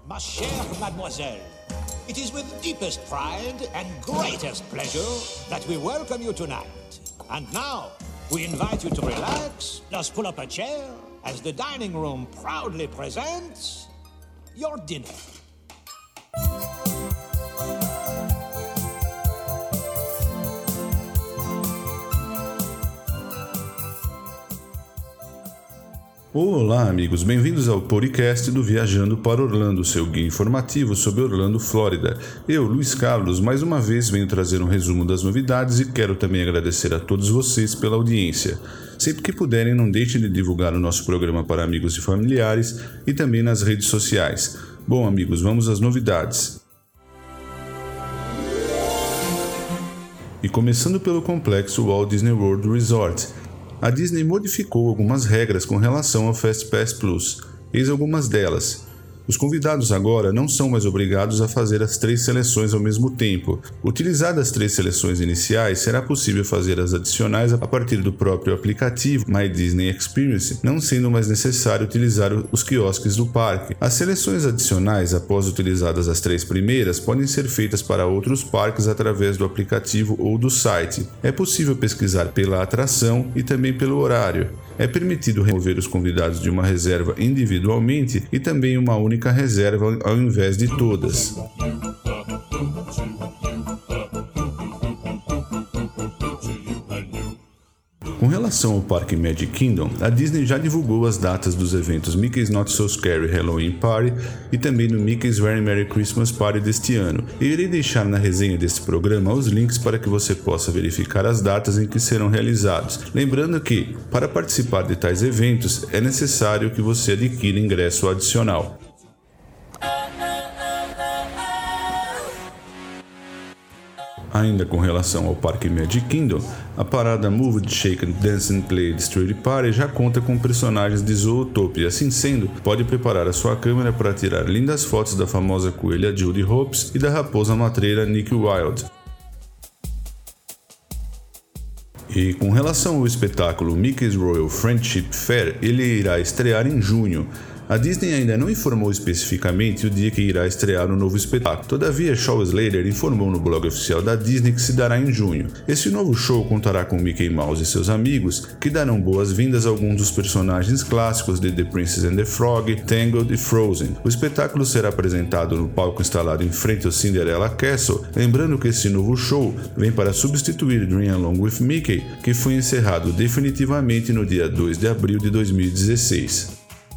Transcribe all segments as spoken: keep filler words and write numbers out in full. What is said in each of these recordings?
Ma chère mademoiselle, it is with deepest pride and greatest pleasure that we welcome you tonight. And now, we invite you to relax, just pull up a chair, as the dining room proudly presents your dinner. Olá, amigos, bem-vindos ao podcast do Viajando para Orlando, seu guia informativo sobre Orlando, Flórida. Eu, Luiz Carlos, mais uma vez venho trazer um resumo das novidades e quero também agradecer a todos vocês pela audiência. Sempre que puderem, não deixem de divulgar o nosso programa para amigos e familiares e também nas redes sociais. Bom, amigos, vamos às novidades. E começando pelo complexo Walt Disney World Resort, a Disney modificou algumas regras com relação ao FastPass Plus. Eis algumas delas. Os convidados agora não são mais obrigados a fazer as três seleções ao mesmo tempo. Utilizadas as três seleções iniciais, será possível fazer as adicionais a partir do próprio aplicativo My Disney Experience, não sendo mais necessário utilizar os quiosques do parque. As seleções adicionais, após utilizadas as três primeiras, podem ser feitas para outros parques através do aplicativo ou do site. É possível pesquisar pela atração e também pelo horário. É permitido remover os convidados de uma reserva individualmente e também uma única reserva ao invés de todas. Com relação ao Parque Magic Kingdom, a Disney já divulgou as datas dos eventos Mickey's Not So Scary Halloween Party e também do Mickey's Very Merry Christmas Party deste ano. Eu irei deixar na resenha deste programa os links para que você possa verificar as datas em que serão realizados. Lembrando que, para participar de tais eventos, é necessário que você adquira ingresso adicional. Ainda com relação ao Parque Magic Kingdom, a parada Move, Shake, Dance and Play Street Party já conta com personagens de Zootopia. Assim sendo, pode preparar a sua câmera para tirar lindas fotos da famosa coelha Judy Hopps e da raposa matreira Nick Wilde. E com relação ao espetáculo Mickey's Royal Friendship Fair, ele irá estrear em junho. A Disney ainda não informou especificamente o dia que irá estrear o novo espetáculo. Todavia, Shaw Slater informou no blog oficial da Disney que se dará em junho. Esse novo show contará com Mickey Mouse e seus amigos, que darão boas-vindas a alguns dos personagens clássicos de The Princess and the Frog, Tangled e Frozen. O espetáculo será apresentado no palco instalado em frente ao Cinderella Castle, lembrando que esse novo show vem para substituir Dream Along with Mickey, que foi encerrado definitivamente no dia dois de abril de dois mil e dezesseis.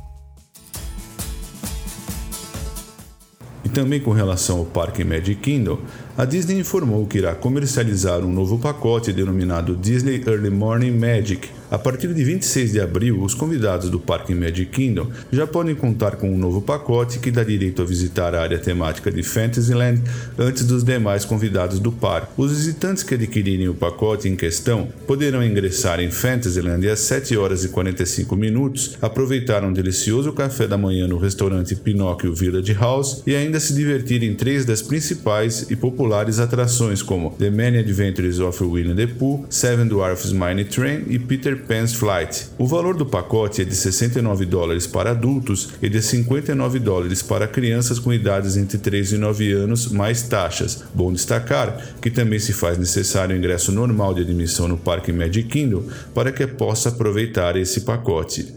E também com relação ao Parque Magic Kingdom, a Disney informou que irá comercializar um novo pacote denominado Disney Early Morning Magic. A partir de vinte e seis de abril, os convidados do Parque Magic Kingdom já podem contar com um novo pacote que dá direito a visitar a área temática de Fantasyland antes dos demais convidados do parque. Os visitantes que adquirirem o pacote em questão poderão ingressar em Fantasyland às sete horas e quarenta e cinco minutos, aproveitar um delicioso café da manhã no restaurante Pinóquio Village House e ainda se divertir em três das principais e populares atrações como The Many Adventures of Winnie the Pooh, Seven Dwarfs Mine Train e Peter Pan's Flight. O valor do pacote é de sessenta e nove dólares para adultos e de cinquenta e nove dólares para crianças com idades entre três e nove anos, mais taxas. Bom destacar que também se faz necessário o ingresso normal de admissão no Parque Magic Kingdom para que possa aproveitar esse pacote.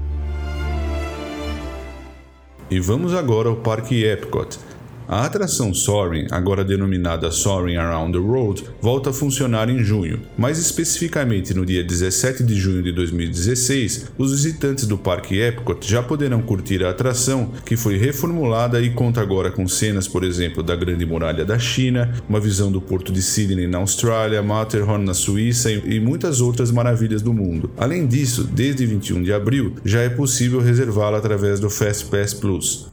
E vamos agora ao Parque Epcot. A atração Soarin', agora denominada Soarin' Around the World, volta a funcionar em junho. Mais especificamente no dia dezessete de junho de dois mil e dezesseis, os visitantes do Parque Epcot já poderão curtir a atração, que foi reformulada e conta agora com cenas, por exemplo, da Grande Muralha da China, uma visão do Porto de Sydney na Austrália, Matterhorn na Suíça e muitas outras maravilhas do mundo. Além disso, desde vinte e um de abril, já é possível reservá-la através do FastPass Plus.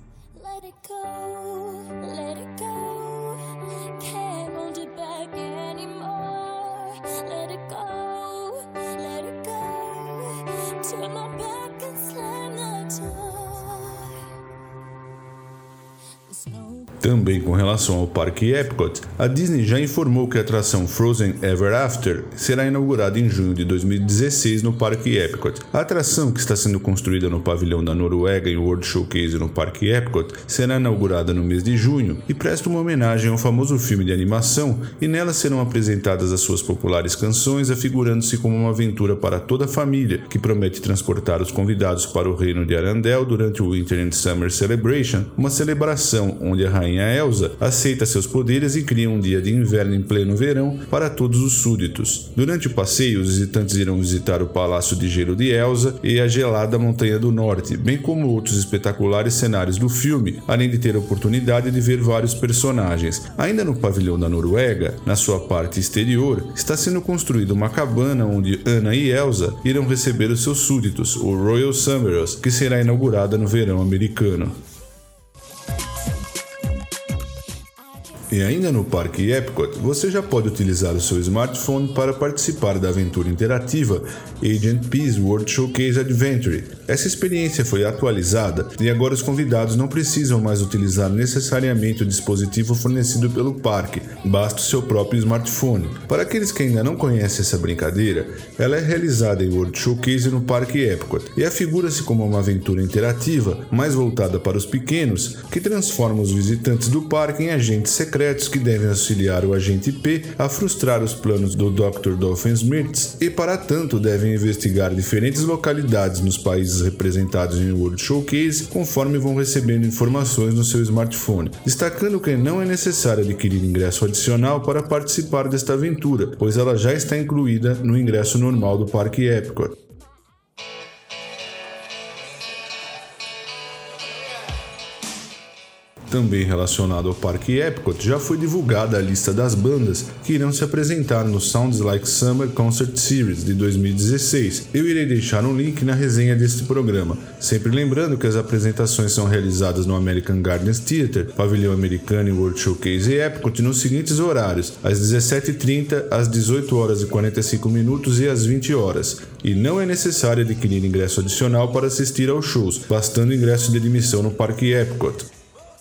Também com relação ao Parque Epcot, a Disney já informou que a atração Frozen Ever After será inaugurada em junho de dois mil e dezesseis no Parque Epcot. A atração, que está sendo construída no pavilhão da Noruega em World Showcase no Parque Epcot, será inaugurada no mês de junho e presta uma homenagem ao famoso filme de animação, e nela serão apresentadas as suas populares canções, afigurando-se como uma aventura para toda a família, que promete transportar os convidados para o reino de Arendelle durante o Winter and Summer Celebration, uma celebração onde a rainha Elsa aceita seus poderes e cria um dia de inverno em pleno verão para todos os súditos. Durante o passeio, os visitantes irão visitar o Palácio de Gelo de Elsa e a gelada Montanha do Norte, bem como outros espetaculares cenários do filme, além de ter a oportunidade de ver vários personagens. Ainda no pavilhão da Noruega, na sua parte exterior, está sendo construída uma cabana onde Anna e Elsa irão receber os seus súditos, o Royal Summerhouse, que será inaugurada no verão americano. E ainda no Parque Epcot, você já pode utilizar o seu smartphone para participar da aventura interativa Agent P's World Showcase Adventure. Essa experiência foi atualizada e agora os convidados não precisam mais utilizar necessariamente o dispositivo fornecido pelo parque, basta o seu próprio smartphone. Para aqueles que ainda não conhecem essa brincadeira, ela é realizada em World Showcase no Parque Epcot e afigura-se como uma aventura interativa, mais voltada para os pequenos, que transforma os visitantes do parque em agentes secretos que devem auxiliar o Agente P a frustrar os planos do doutor Doofenshmirtz e, para tanto, devem investigar diferentes localidades nos países representados em World Showcase conforme vão recebendo informações no seu smartphone, destacando que não é necessário adquirir ingresso adicional para participar desta aventura, pois ela já está incluída no ingresso normal do Parque Epcot. Também relacionado ao Parque Epcot, já foi divulgada a lista das bandas que irão se apresentar no Sounds Like Summer Concert Series de dois mil e dezesseis. Eu irei deixar um link na resenha deste programa, sempre lembrando que as apresentações são realizadas no American Gardens Theatre, Pavilhão Americano e World Showcase e Epcot nos seguintes horários, às dezessete e trinta, às dezoito horas e quarenta e cinco minutos e às vinte horas. E não é necessário adquirir ingresso adicional para assistir aos shows, bastando ingresso de admissão no Parque Epcot.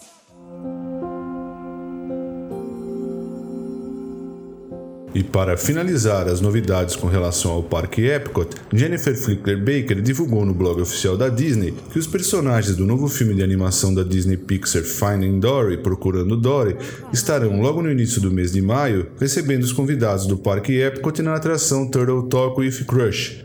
E para finalizar as novidades com relação ao Parque Epcot, Jennifer Flicker Baker divulgou no blog oficial da Disney que os personagens do novo filme de animação da Disney Pixar Finding Dory, Procurando Dory, estarão logo no início do mês de maio recebendo os convidados do Parque Epcot na atração Turtle Talk with Crush.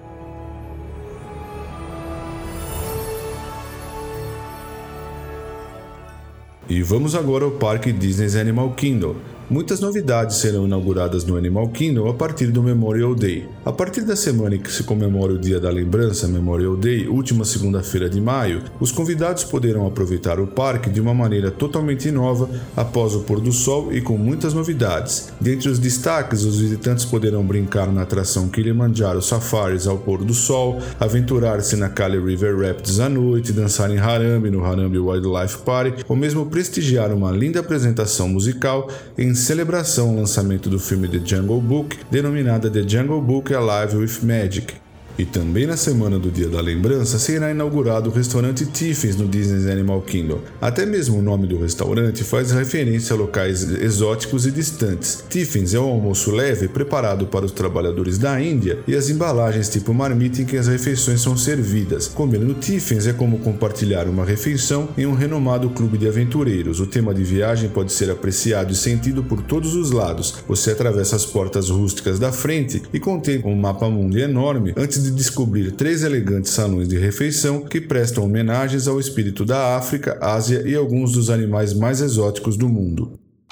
E vamos agora ao Parque Disney's Animal Kingdom. Muitas novidades serão inauguradas no Animal Kingdom a partir do Memorial Day. A partir da semana em que se comemora o Dia da Lembrança, Memorial Day, última segunda-feira de maio, os convidados poderão aproveitar o parque de uma maneira totalmente nova após o pôr do sol e com muitas novidades. Dentre os destaques, os visitantes poderão brincar na atração Kilimanjaro Safaris ao pôr do sol, aventurar-se na Kali River Rapids à noite, dançar em Harambe no Harambe Wildlife Party ou mesmo prestigiar uma linda apresentação musical em celebração ao lançamento do filme The Jungle Book, denominada The Jungle Book Alive with Magic. E também na semana do Dia da Lembrança será inaugurado o restaurante Tiffins no Disney's Animal Kingdom. Até mesmo o nome do restaurante faz referência a locais exóticos e distantes. Tiffins é um almoço leve preparado para os trabalhadores da Índia e as embalagens tipo marmita em que as refeições são servidas. Comer no Tiffins é como compartilhar uma refeição em um renomado clube de aventureiros. O tema de viagem pode ser apreciado e sentido por todos os lados. Você atravessa as portas rústicas da frente e contempla um mapa mundi enorme antes de de descobrir três elegantes salões de refeição que prestam homenagens ao espírito da África, Ásia e alguns dos animais mais exóticos do mundo.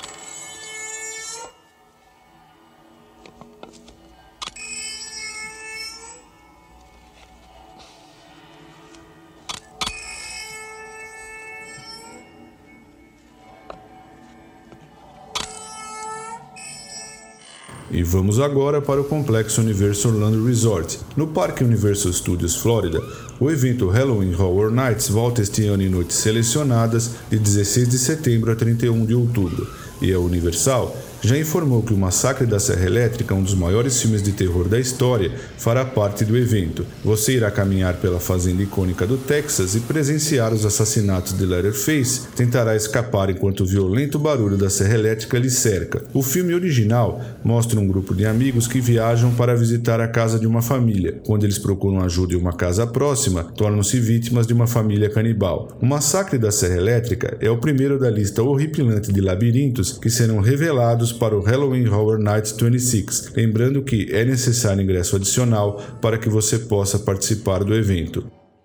E vamos agora para o Complexo Universal Orlando Resort. No Parque Universal Studios Florida, o evento Halloween Horror Nights volta este ano em noites selecionadas de dezesseis de setembro a trinta e um de outubro. E a Universal já informou que O Massacre da Serra Elétrica, um dos maiores filmes de terror da história, fará parte do evento. Você irá caminhar pela fazenda icônica do Texas e presenciar os assassinatos de Leatherface, tentará escapar enquanto o violento barulho da Serra Elétrica lhe cerca. O filme original mostra um grupo de amigos que viajam para visitar a casa de uma família. Quando eles procuram ajuda em uma casa próxima, tornam-se vítimas de uma família canibal. O Massacre da Serra Elétrica é o primeiro da lista horripilante de labirintos que serão revelados para o Halloween Horror Nights vinte e seis, lembrando que é necessário ingresso adicional para que você possa participar do evento.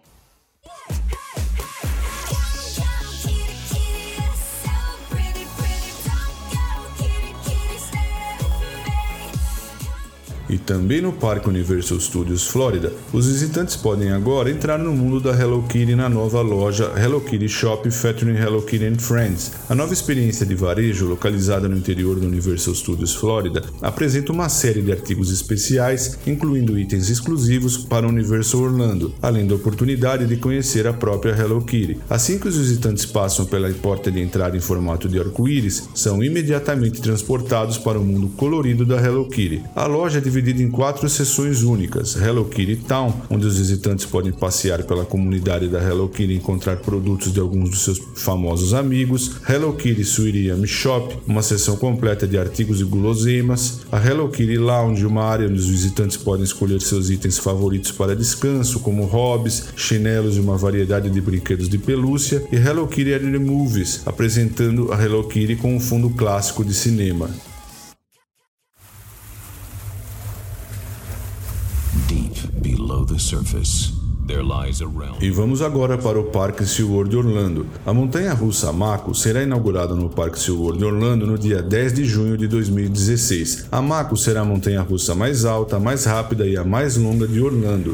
E também no Parque Universal Studios Florida, os visitantes podem agora entrar no mundo da Hello Kitty na nova loja Hello Kitty Shop featuring Hello Kitty and Friends. A nova experiência de varejo, localizada no interior do Universal Studios Florida, apresenta uma série de artigos especiais, incluindo itens exclusivos para o Universal Orlando, além da oportunidade de conhecer a própria Hello Kitty. Assim que os visitantes passam pela porta de entrada em formato de arco-íris, são imediatamente transportados para o mundo colorido da Hello Kitty. A loja é dividida em quatro seções únicas: Hello Kitty Town, onde os visitantes podem passear pela comunidade da Hello Kitty e encontrar produtos de alguns dos seus famosos amigos; Hello Kitty Suiriam Shop, uma seção completa de artigos e guloseimas; a Hello Kitty Lounge, uma área onde os visitantes podem escolher seus itens favoritos para descanso, como hobbies, chinelos e uma variedade de brinquedos de pelúcia; e Hello Kitty at the Movies, apresentando a Hello Kitty com um fundo clássico de cinema. Below the surface, there lies a realm. E vamos agora para o Parque SeaWorld Orlando. A montanha-russa Mako será inaugurada no Parque SeaWorld Orlando no dia dez de junho de dois mil e dezesseis. A Mako será a montanha-russa mais alta, mais rápida e a mais longa de Orlando.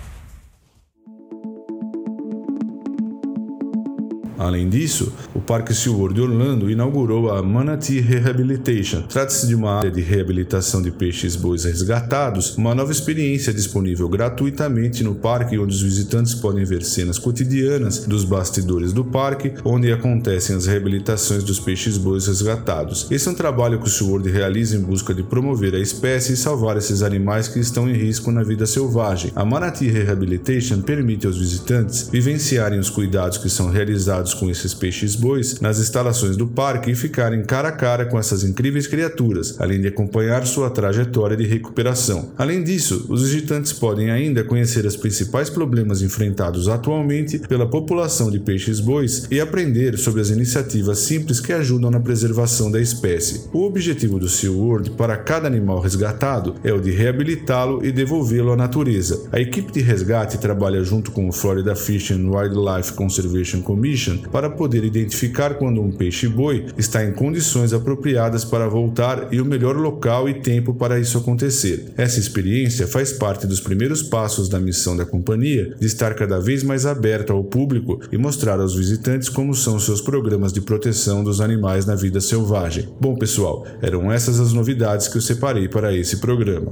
Além disso, o Parque SeaWorld Orlando inaugurou a Manatee Rehabilitation. Trata-se de uma área de reabilitação de peixes-bois resgatados, uma nova experiência disponível gratuitamente no parque, onde os visitantes podem ver cenas cotidianas dos bastidores do parque, onde acontecem as reabilitações dos peixes-bois resgatados. Esse é um trabalho que o SeaWorld realiza em busca de promover a espécie e salvar esses animais que estão em risco na vida selvagem. A Manatee Rehabilitation permite aos visitantes vivenciarem os cuidados que são realizados com esses peixes-bois nas instalações do parque e ficarem cara a cara com essas incríveis criaturas, além de acompanhar sua trajetória de recuperação. Além disso, os visitantes podem ainda conhecer os principais problemas enfrentados atualmente pela população de peixes-bois e aprender sobre as iniciativas simples que ajudam na preservação da espécie. O objetivo do SeaWorld para cada animal resgatado é o de reabilitá-lo e devolvê-lo à natureza. A equipe de resgate trabalha junto com o Florida Fish and Wildlife Conservation Commission para poder identificar quando um peixe-boi está em condições apropriadas para voltar e o melhor local e tempo para isso acontecer. Essa experiência faz parte dos primeiros passos da missão da companhia de estar cada vez mais aberta ao público e mostrar aos visitantes como são seus programas de proteção dos animais na vida selvagem. Bom, pessoal, eram essas as novidades que eu separei para esse programa.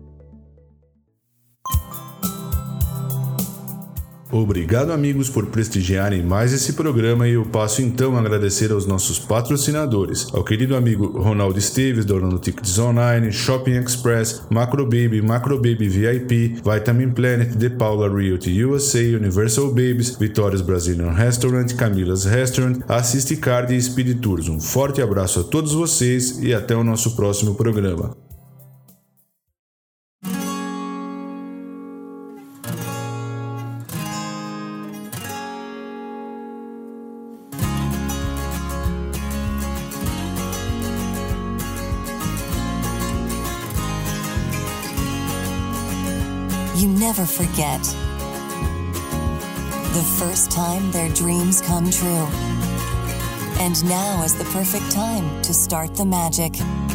Obrigado, amigos, por prestigiarem mais esse programa, e eu passo então a agradecer aos nossos patrocinadores, ao querido amigo Ronaldo Esteves, da Orlando Tickets Online, Shopping Express, Macrobaby, Macrobaby V I P, Vitamin Planet, The Paula Realty U S A, Universal Babies, Vitória's Brazilian Restaurant, Camila's Restaurant, Assist Card e Speed Tours. Um forte abraço a todos vocês e até o nosso próximo programa. You never forget the first time their dreams come true. And now is the perfect time to start the magic.